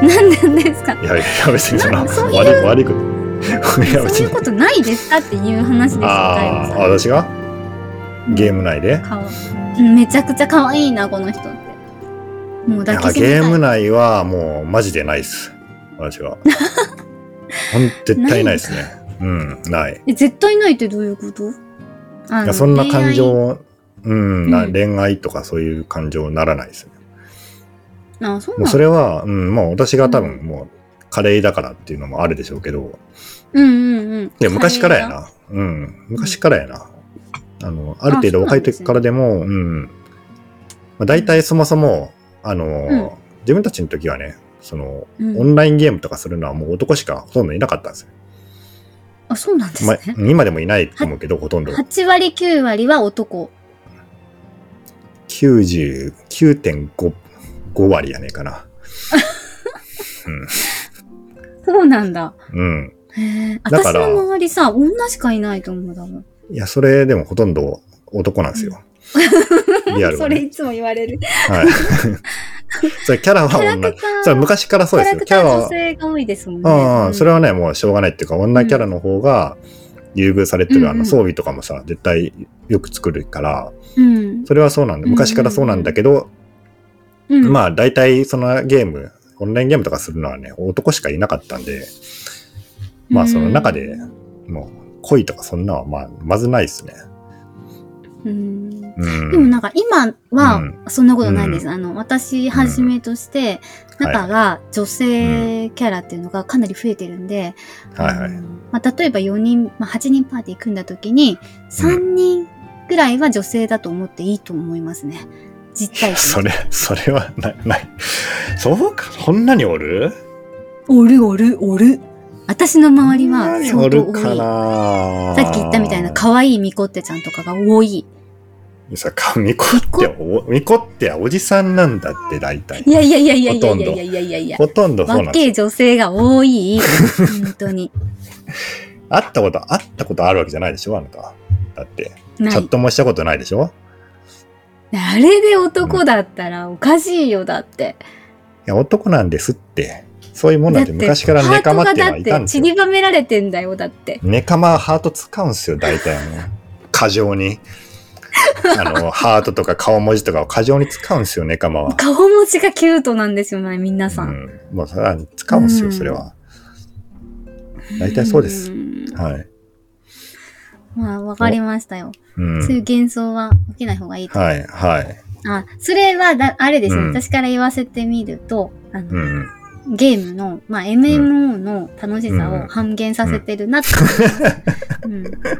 なんでですか。 いや別にその悪いことそういうことないですかっていう話ですよ。 私がゲーム内で、 めちゃくちゃ可愛いなこの人って。もう抱きしめたい。 ゲーム内はもうマジでないです。私は絶対ないですね。ない。 絶対ないってどういうこと？ いやそんな感情、恋愛とかそういう感情ならないですね。 そうもうそれは、もう私が多分もうカレーだからっていうのもあるでしょうけど、で昔からやな。昔からやな。ある程度若い時からでも、大体そもそも、自分たちの時はね、オンラインゲームとかするのはもう男しかほとんどいなかったんですよ。 そうなんですね。 今でもいないと思うけど、ほとんど。 8割9割は男。 99.5割やねえかな。 そうなんだ。 だから私の周りさ、女しかいないと思うだもん。 いや、それでもほとんど男なんですよ。リアルは、ね。 それいつも言われる。 はい。それキャラは女。それ昔からそうですよ。 キャラは女性が多いですもんね。 それはね、もうしょうがないっていうか、女キャラの方が優遇されてる、装備とかもさ、絶対よく作るから、それはそうなんだ。昔からそうなんだけど、まあ大体そのゲーム、オンラインゲームとかするのはね、男しかいなかったんで、まあその中でもう恋とかそんなはまずないですね。 でもなんか今はそんなことないです。私はじめとして中が女性キャラっていうのがかなり増えてるんで、例えば4人、8人パーティー組んだ時に3人ぐらいは女性だと思っていいと思いますね。実体験。 それはない。そうか、そんなにおる？ おる。私の周りは相当多い。さっき言ったみたいな可愛いミコってちゃんとかが多い。 ミコっておじさんなんだって大体。 いや。 ほとんどそうなんですよ。 若い女性が多い。本当に。 会ったことあるわけじゃないでしょあなた。だってチャットもしたことないでしょ。 あれで男だったらおかしいよだって。 いや男なんですって。そういうもんなんて昔からネカマっていうのはいたんですよ。 散りばめられてんだよだって。 ネカマはハート使うんすよ大体過剰に。ハートとか顔文字とかを過剰に使うんすよネカマは。 顔文字がキュートなんですよね皆さん。 もうそれは使うんすよそれは。大体そうです。はい。 まあわかりましたよ。そういう幻想は起きない方がいいと。はい。それはあれですね。私から言わせてみるとゲームの、MMO の楽しさを半減させてるなって思います。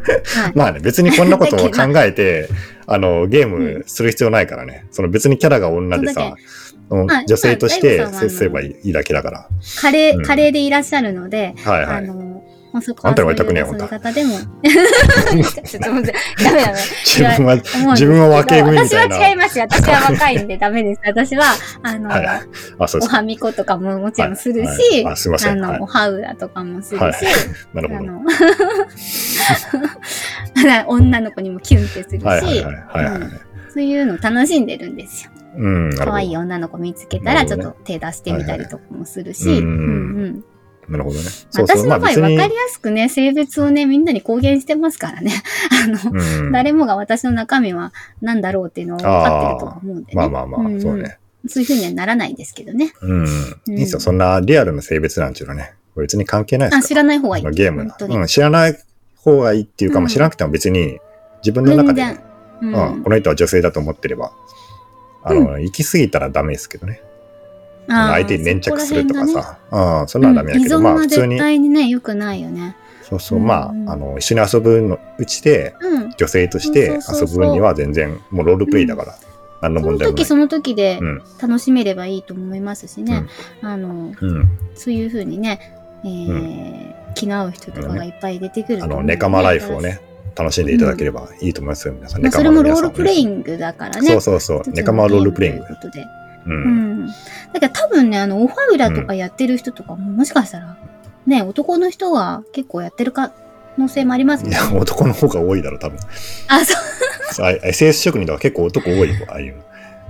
まあね、別にこんなことを考えて、ゲームする必要ないからね。別にキャラが女でさ、女性として接すればいいだけだから。 カレーでいらっしゃるので、そこはそういう遊び方でも。ちょっと待って、ダメ。 自分は若い組みたいな。 私は違いますよ。私は若いんでダメです。私は、おはみことかももちろんするし、おはうらとかもするし、 なるほど。 女の子にもキュンってするし、そういうの楽しんでるんですよ。可愛い女の子見つけたらちょっと手出してみたりとかもするし、 なるほどね。 私の場合分かりやすくね、性別をね、みんなに公言してますからね。誰もが私の中身は何だろうっていうのを分かってると思うんでね。 そうね。 そういう風にはならないですけどね。 いいですよ。そんなリアルな性別なんていうのはね、別に関係ないですから。 知らない方がいい。 ゲーム知らない方がいいっていうかも知らなくても別に自分の中で、この人は女性だと思ってれば、行き過ぎたらダメですけどね。相手に粘着するとかさ、そんなのはダメだけど、 普通に。絶対にね、良くないよね。 そう、一緒に遊ぶのうちで、女性として遊ぶには全然、もうロールプレイだから、何の問題もない。 その時で楽しめればいいと思いますしね。そういう風にね、気の合う人とかがいっぱい出てくるので。 ネカマライフをね、楽しんでいただければいいと思いますよ、皆さん。 それもロールプレイングだからね。 そう。ネカマはロールプレイング。 だから多分ね、オファウラとかやってる人とかも、もしかしたら、ね、男の人が結構やってる可能性もありますね。 いや、男の方が多いだろ、多分。 そう。 SS 職人とか結構男多いよ、ああいう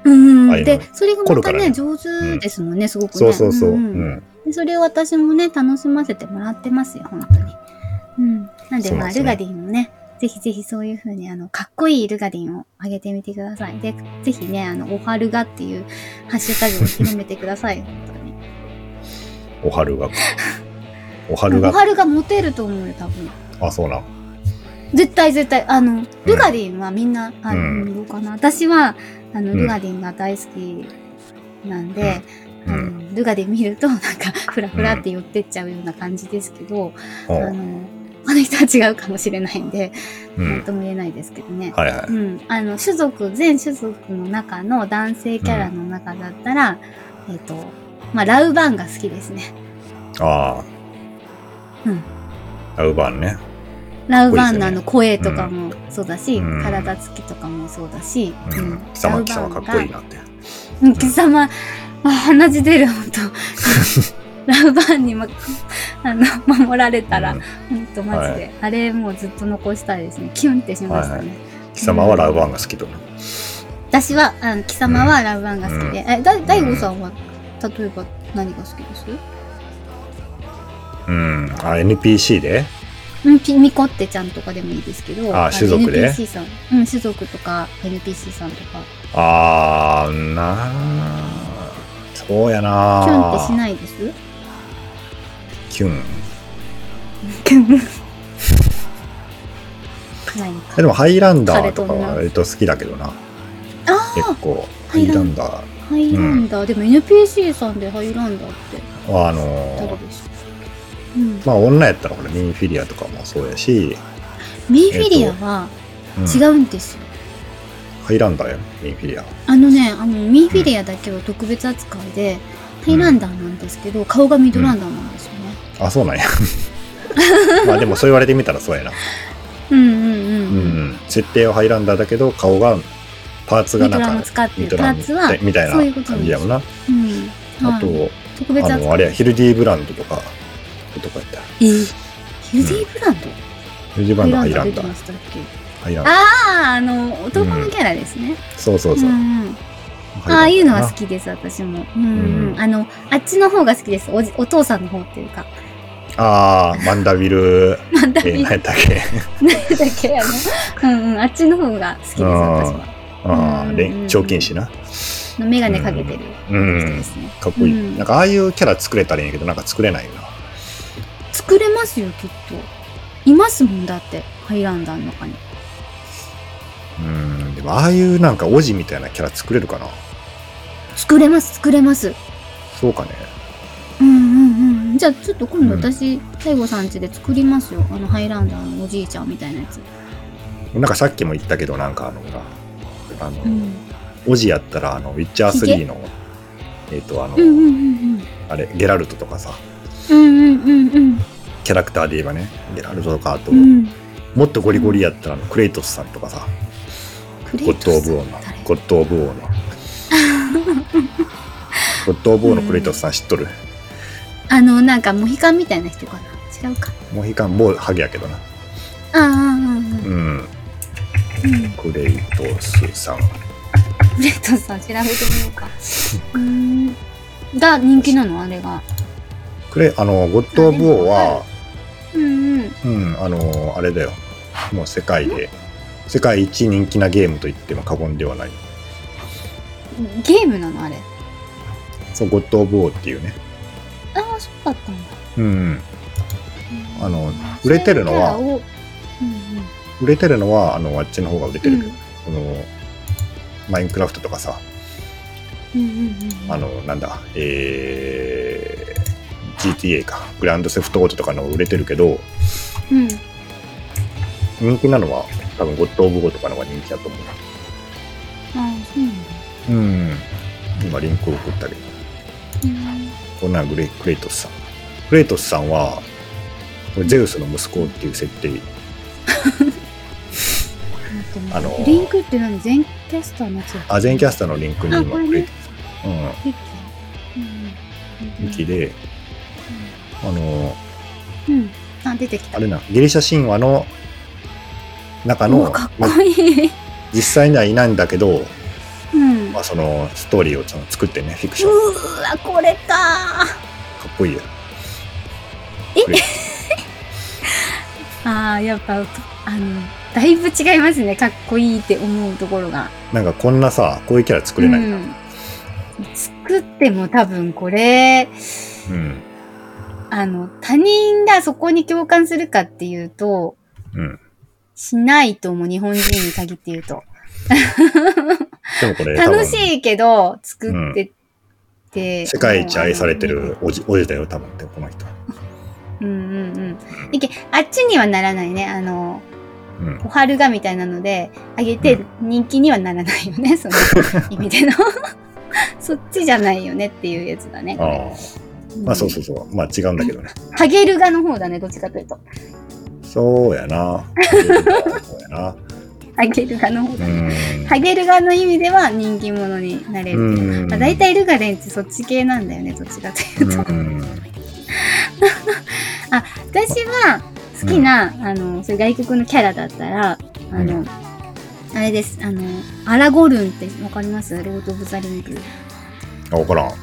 で、それがまたね、上手ですもんね、すごくね。 そうそうそう。 でそれを私もね、楽しませてもらってますよ、本当に。なんで、ルガディンもね、ぜひぜひそういう風に、かっこいいルガディンを上げてみてください。で、ぜひね、おはるがっていうハッシュタグを広めてください、本当に。 おはるが。 おはるがモテると思うよ、多分。 あ、そうなの。 絶対。ルガディンはみんな、どうかな。私は、ルガディンが大好きなんで、ルガディン見ると、なんか、ふらふらって寄ってっちゃうような感じですけど、他の人は違うかもしれないんで、なんとも言えないですけどね。全種族の中の男性キャラの中だったら、ラウバーンが好きですね。 ああ。ラウバーンね。 ラウバーンの声とかもそうだし、体つきとかもそうだし、 貴様かっこいいなって。 貴様、鼻血出る、ほんと。ラウバーンに守られたら、ほんとマジで。あれもうずっと残したいですね。キュンってしましたね。 貴様はラウバーンが好きと。 私は、貴様はラウバーンが好きで。大悟さんは、例えば何が好きです？ NPC でミコってちゃんとかでもいいですけど。 種族で NPC さん。種族とか NPC さんとか。 そうやな。 キュンってしないです？ キュン。でもハイランダーとかは割と好きだけどな。結構ハイランダー。でも NPC さんでハイランダーって誰でした？ 女やったらほらミンフィリアとかもそうやし、 ミンフィリアは違うんですよ。 ハイランダーやミンフィリア。 ミンフィリアだけは特別扱いで、ハイランダーなんですけど、顔がミドランダーなんですよね。 あ、そうなんや。でもそう言われてみたらそうやな。設定はハイランダーだけど、顔がパーツがなんかミドランみたいな感じやもんな。あと、 特別扱い。 あれや、ヒルディーブランドとか。とかやったらヒルディーブランド？ ヒルディーブランドハイランダー。 男のキャラですね。 そう。 ああいうのは好きです、私も。あっちの方が好きです。お父さんの方っていうか。 マンダビル。 何やったっけあっちの方が好きです、私は。 彫金師な。 メガネかけてる人ですね。 かっこいい。なんかああいうキャラ作れたらいいんやけど、なんか作れないよな。 作れますよ、きっと。いますもんだって、ハイランダーの中に。 でもああいうなんかオジみたいなキャラ作れるかな？ 作れます。 そうかね。 じゃあちょっと今度私、大悟さん家で作りますよ。ハイランダーのおじいちゃんみたいなやつ。 なんかさっきも言ったけど、なんかオジやったらウィッチャー3のあれゲラルトとかさ、キャラクターで言えばね、ゲラルトとか、あともっとゴリゴリやったらクレイトスさんとかさ、ゴッド・オブ・オーのゴッド・オブ・オーのクレイトスさん知っとる？ なんかモヒカンみたいな人かな？違うか。 モヒカンもハゲやけどな。クレイトスさん。 クレイトスさん調べてみようか。が人気なの？あれが。 ゴッド・オブ・オーは、あれだよ。もう世界一人気なゲームと言っても過言ではない。 ゲームなのあれ？ そう、ゴッド・オブ・オーっていうね。 ああ、そうだったんだ。 売れてるのは、あっちの方が売れてるけど、マインクラフトとかさ、なんだ、GTA か、グランドセフトオートとかの売れてるけど、人気なのは多分ゴッド・オブ・ゴーとかの方が人気だと思う。そうなんだ。今リンクを送ったり。こんなクレイトスさん。クレイトスさんはゼウスの息子っていう設定。 リンクって何？全キャスターのやつ？ 全キャスターのリンクに今クレイトス。ウキで、 出てきた。 あれな、ギリシャ神話の中のかっこいい。 実際にはいないんだけど、 まあ、そのストーリーを作ってね、フィクション。 うわ、これかっこいいよ。 やっぱだいぶ違いますね、かっこいいって思うところが。 なんかこんなさ、こういうキャラ作れないな。 作っても多分これ、他人がそこに共感するかっていうと、しないと思う、日本人に限って言うと。 でもこれ楽しいけど、作ってて。 世界一愛されてるおじだよ、多分、この人。 あっちにはならないね。おはるがみたいなので、あげて人気にはならないよね、その意味での。そっちじゃないよねっていうやつだね。 まあそう。まあ違うんだけどね。 ハゲルガの方だね、どっちかというと。 そうやな。 ハゲルガの方だね。ハゲルガの意味では人気者になれる。だいたいルガレンってそっち系なんだよね、どっちかというと。私は好きな、そういう外国のキャラだったら、あれです。アラゴルンってわかります？ロード・オブ・ザ・リング。 わからん。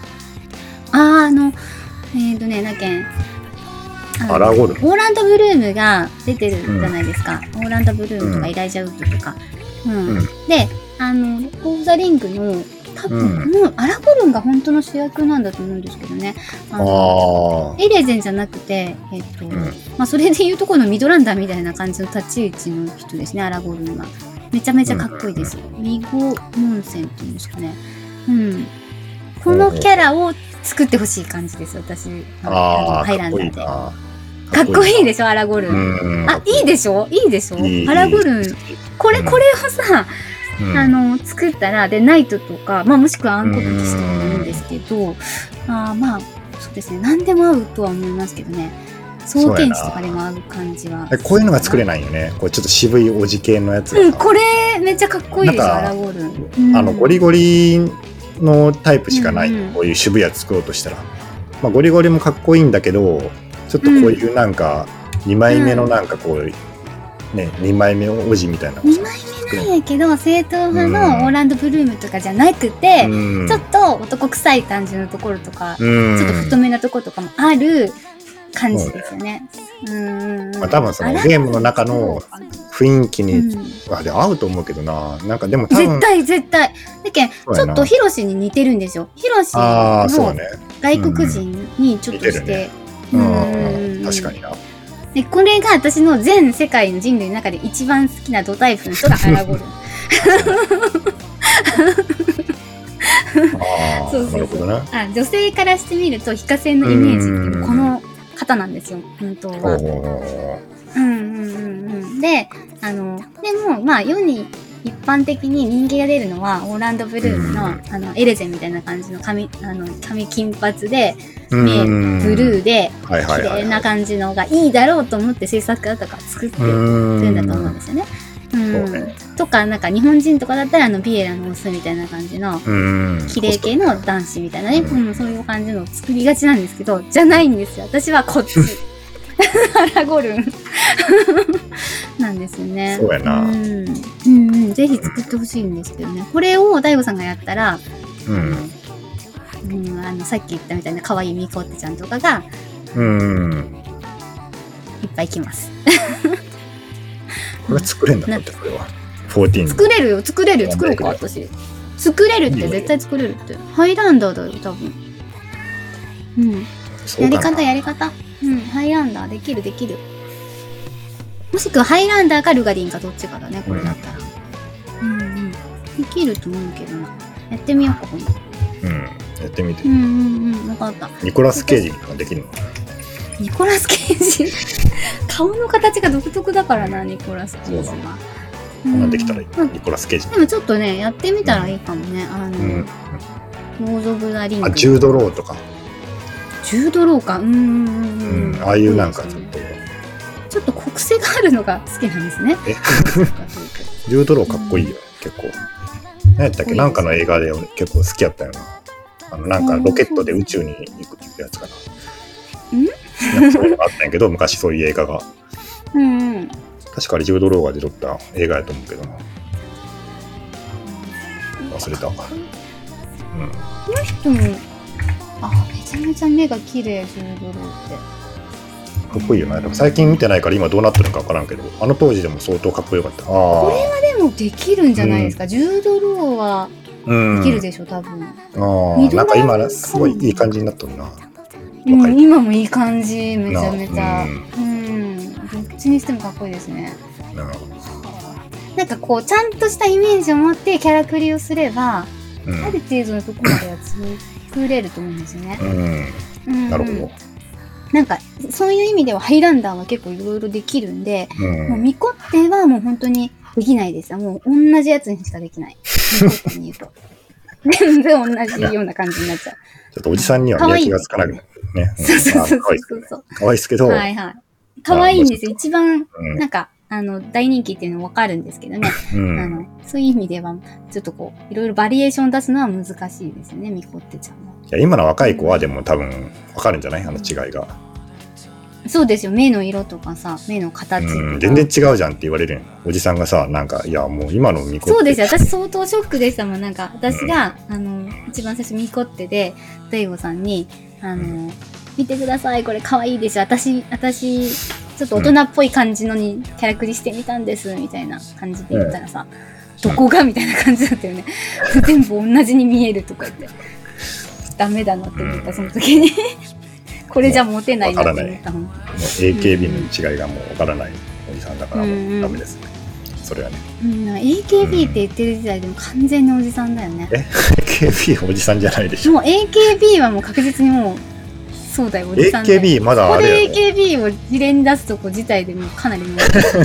アラゴルン。 オーランド・ブルームが出てるじゃないですか。オーランド・ブルームとかイライジャ・ウッドとか。で、ロード・オブ・ザ・リングの多分、アラゴルンが本当の主役なんだと思うんですけどね。エレゼンじゃなくて、まあ、それでいうとこのミドランダーみたいな感じの立ち位置の人ですね、アラゴルンは。めちゃめちゃかっこいいです。ウィゴ・モンセンっていうんですかね。このキャラを作ってほしい感じです、私。ハイランダーで。かっこいいでしょ、アラゴルン。いいでしょアラゴルン。これをさ、作ったら、で、ナイトとか、まあ、もしくは暗黒騎士とかもいいんですけど、まあ、そうですね、何でも合うとは思いますけどね。蒼天使とかでも合う感じは。 こういうのが作れないよね。これちょっと渋いおじ系のやつ。 これめっちゃかっこいいですよ、アラゴルン。 ゴリゴリのタイプしかない。こういう渋いやつ作ろうとしたら。まあ、ゴリゴリもかっこいいんだけど、ちょっとこういうなんか、2枚目のなんかこう、ね、2枚目おじみたいな。 2枚目なんやけど、正統派のオーランド・ブルームとかじゃなくて、ちょっと男臭い感じのところとか、ちょっと太めなところとかもある感じですよね。 まあ、多分そのゲームの中の雰囲気に、で合うと思うけどな。なんかでも多分絶対。だけん、ちょっとヒロシに似てるんですよ。ヒロシの外国人にちょっとして。 確かにな。 で、これが私の全世界の人類の中で一番好きなドタイプの人がアラゴルン。女性からしてみると非化性のイメージっていうのはこの方なんですよ、本当は。で、でも、まあ、世に一般的に人気が出るのは、オーランド・ブルームの、エレゼンみたいな感じの髪金髪で、目ブルーで、綺麗な感じのがいいだろうと思って制作方が作ってるんだと思うんですよね。とか、なんか日本人とかだったらビエラのオスみたいな感じの、綺麗系の男子みたいなね、そういう感じのを作りがちなんですけど、じゃないんですよ。私はこっち。アラゴルンなんですよね。 そうやな。 ぜひ作ってほしいんですけどね。これを大悟さんがやったら、さっき言ったみたいな可愛いミコッテちゃんとかが、いっぱい来ます。 これ作れんだって、これは。14。 作れるよ、作ろうか、私。作れるって、絶対作れるって。ハイランダーだよ、多分。やり方。ハイランダーできる。もしくはハイランダーかルガリンかどっちかだね、これだったら。できると思うけどな。やってみようか、今度。 やってみて。 分かった。 ニコラス・ケイジができるの？ ニコラス・ケイジ顔の形が独特だからな、ニコラス・ケイジは。 こんなんできたらいい。ニコラス・ケイジ。 でもちょっとね、やってみたらいいかもね。ロード・オブ・ザ・リング。 ジュード・ローとか。 ジュード・ローか。 ああいうなんかちょっと国性があるのが好きなんですね。 ジュード・ローかっこいいよ、結構。何やったっけ、なんかの映画で結構好きやったよな。なんかロケットで宇宙に行くやつかな。なんかそういうのがあったんやけど、昔そういう映画が。確かにジュード・ローが出とった映画やと思うけどな。忘れた。 この人も、めちゃめちゃ目が綺麗、ジュード・ローって。 かっこいいよな。でも最近見てないから今どうなってるのか分からんけど、あの当時でも相当かっこよかった。 これはでもできるんじゃないですか。ジュード・ローはできるでしょ、多分。 なんか今すごいいい感じになったんだな。 今もいい感じ、めちゃめちゃ。どっちにしてもかっこいいですね。なんかこう、ちゃんとしたイメージを持ってキャラクリをすれば、ある程度のとこまでは作れると思うんですよね。 なるほど。 なんか、そういう意味ではハイランダーは結構いろいろできるんで、もうミコッテはもう本当にできないですよ。もう同じやつにしかできない。ミコッテに言うと。全部同じような感じになっちゃう。 ちょっとおじさんには見分けがつかなくね。 そうそう。 可愛いですけど。 はいはい。可愛いんですよ。一番、なんか、大人気っていうの分かるんですけどね。そういう意味では、ちょっとこう、いろいろバリエーション出すのは難しいですよね、ミコッテちゃんは。 いや、今の若い子はでも多分分かるんじゃない？あの違いが。 そうですよ。目の色とかさ、目の形とか。 全然違うじゃんって言われるん。おじさんがさ、なんか、いや、もう今のミコッテ。 そうですよ。私相当ショックでしたもん。なんか、私が、一番最初ミコッテで、大悟さんに、見てください。これ可愛いでしょ。私、ちょっと大人っぽい感じのにキャラクリしてみたんです。みたいな感じで言ったらさ、どこがみたいな感じだったよね。全部同じに見えるとか言って。ダメだなって思った、その時に。これじゃモテないなって思ったもん。 AKB の違いがもうわからないおじさんだからもうダメですね。それはね。 AKB って言ってる時代でも完全におじさんだよね。 AKB おじさんじゃないでしょ。 もう AKB はもう確実にもう、そうだよ、おじさんだよ。 AKB まだあれ。 ここで AKB を事例に出すとこ自体でもかなりも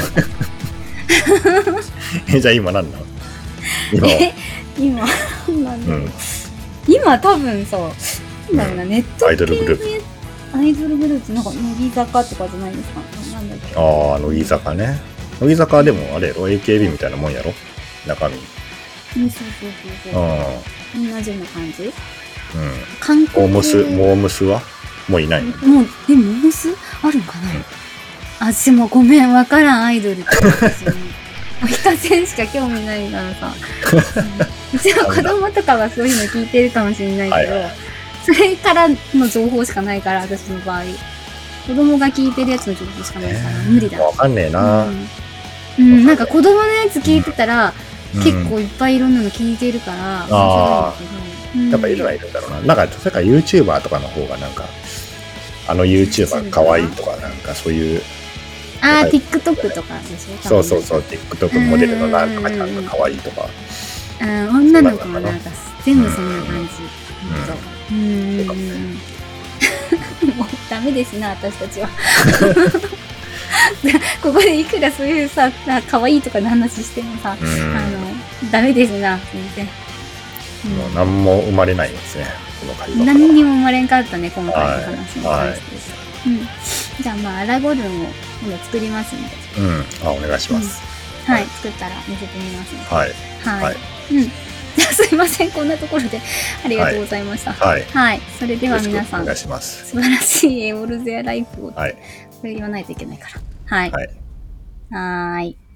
う。じゃあ今何なの？ 今なんだろう。今多分さ、なんだろうな、ネットアイドルグループ。 アイドルグループなんか乃木坂とかじゃないですか。なんだっけ。 乃木坂ね。乃木坂はでもあれやろ、AKB みたいなもんやろ、中身。 そう。同じような感じ。 韓国。モームスはもういないの？ もうモームスあるんかな。私もごめん、わからんアイドルってですよね。ヒカセンしか興味ないからさ。うちの子供とかはそういうの聞いてるかもしれないけど、それからの情報しかないから、私の場合。子供が聞いてるやつの情報しかないから、無理だ。 わかんねえな。 なんか子供のやつ聞いてたら、結構いっぱいいろんなの聞いてるから、 やっぱいるはいるんだろうな。なんか、それから YouTuber とかの方がなんか、YouTuber 可愛いとか、なんかそういう。 TikTok とかでしょ？ そう、TikTok モデルのなんとかちゃんと可愛いとか。 女の子もなんか全部そんな感じ。もうダメですな、私たちは。ここでいくらそういうさ、可愛いとかの話してもさ、ダメですな、全然。 もう何も生まれないんですね、この会話。 何にも生まれんかったね、今回の話に関して。じゃあアラゴルンを今度作りますんで。 お願いします。 はい、作ったら見せてみますので。 はい。 じゃあすいません、こんなところでありがとうございました。はい。それでは皆さん、 お願いします。 素晴らしいオールゼアライフを、これ言わないといけないから。はい。はい。